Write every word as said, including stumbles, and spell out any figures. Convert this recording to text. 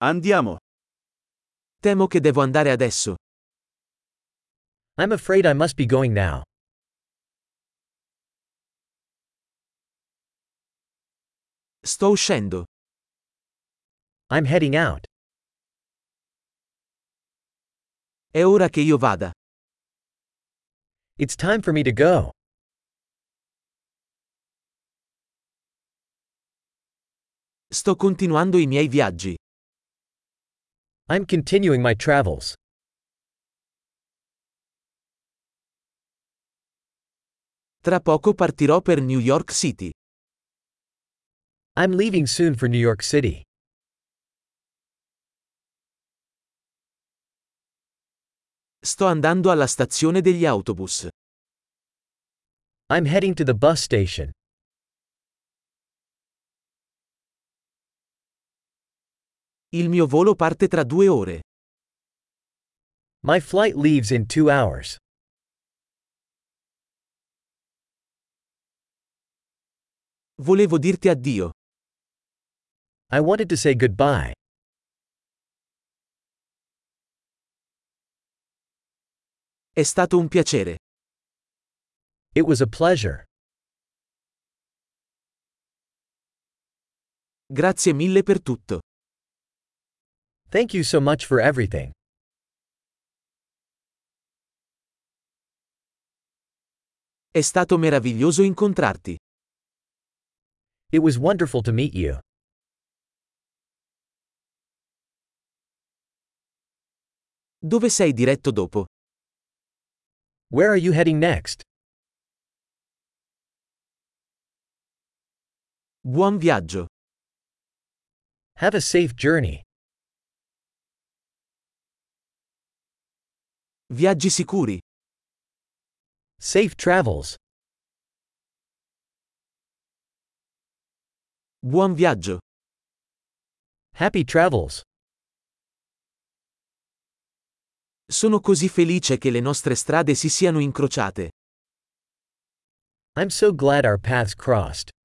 Andiamo. Temo che devo andare adesso. I'm afraid I must be going now. Sto uscendo. I'm heading out. È ora che io vada. It's time for me to go. Sto continuando i miei viaggi. I'm continuing my travels. Tra poco partirò per New York City. I'm leaving soon for New York City. Sto andando alla stazione degli autobus. I'm heading to the bus station. Il mio volo parte tra due ore. My flight leaves in two hours. Volevo dirti addio. I wanted to say goodbye. È stato un piacere. It was a pleasure. Grazie mille per tutto. Thank you so much for everything. È stato meraviglioso incontrarti. It was wonderful to meet you. Dove sei diretto dopo? Where are you heading next? Buon viaggio. Have a safe journey. Viaggi sicuri. Safe travels. Buon viaggio. Happy travels. Sono così felice che le nostre strade si siano incrociate. I'm so glad our paths crossed.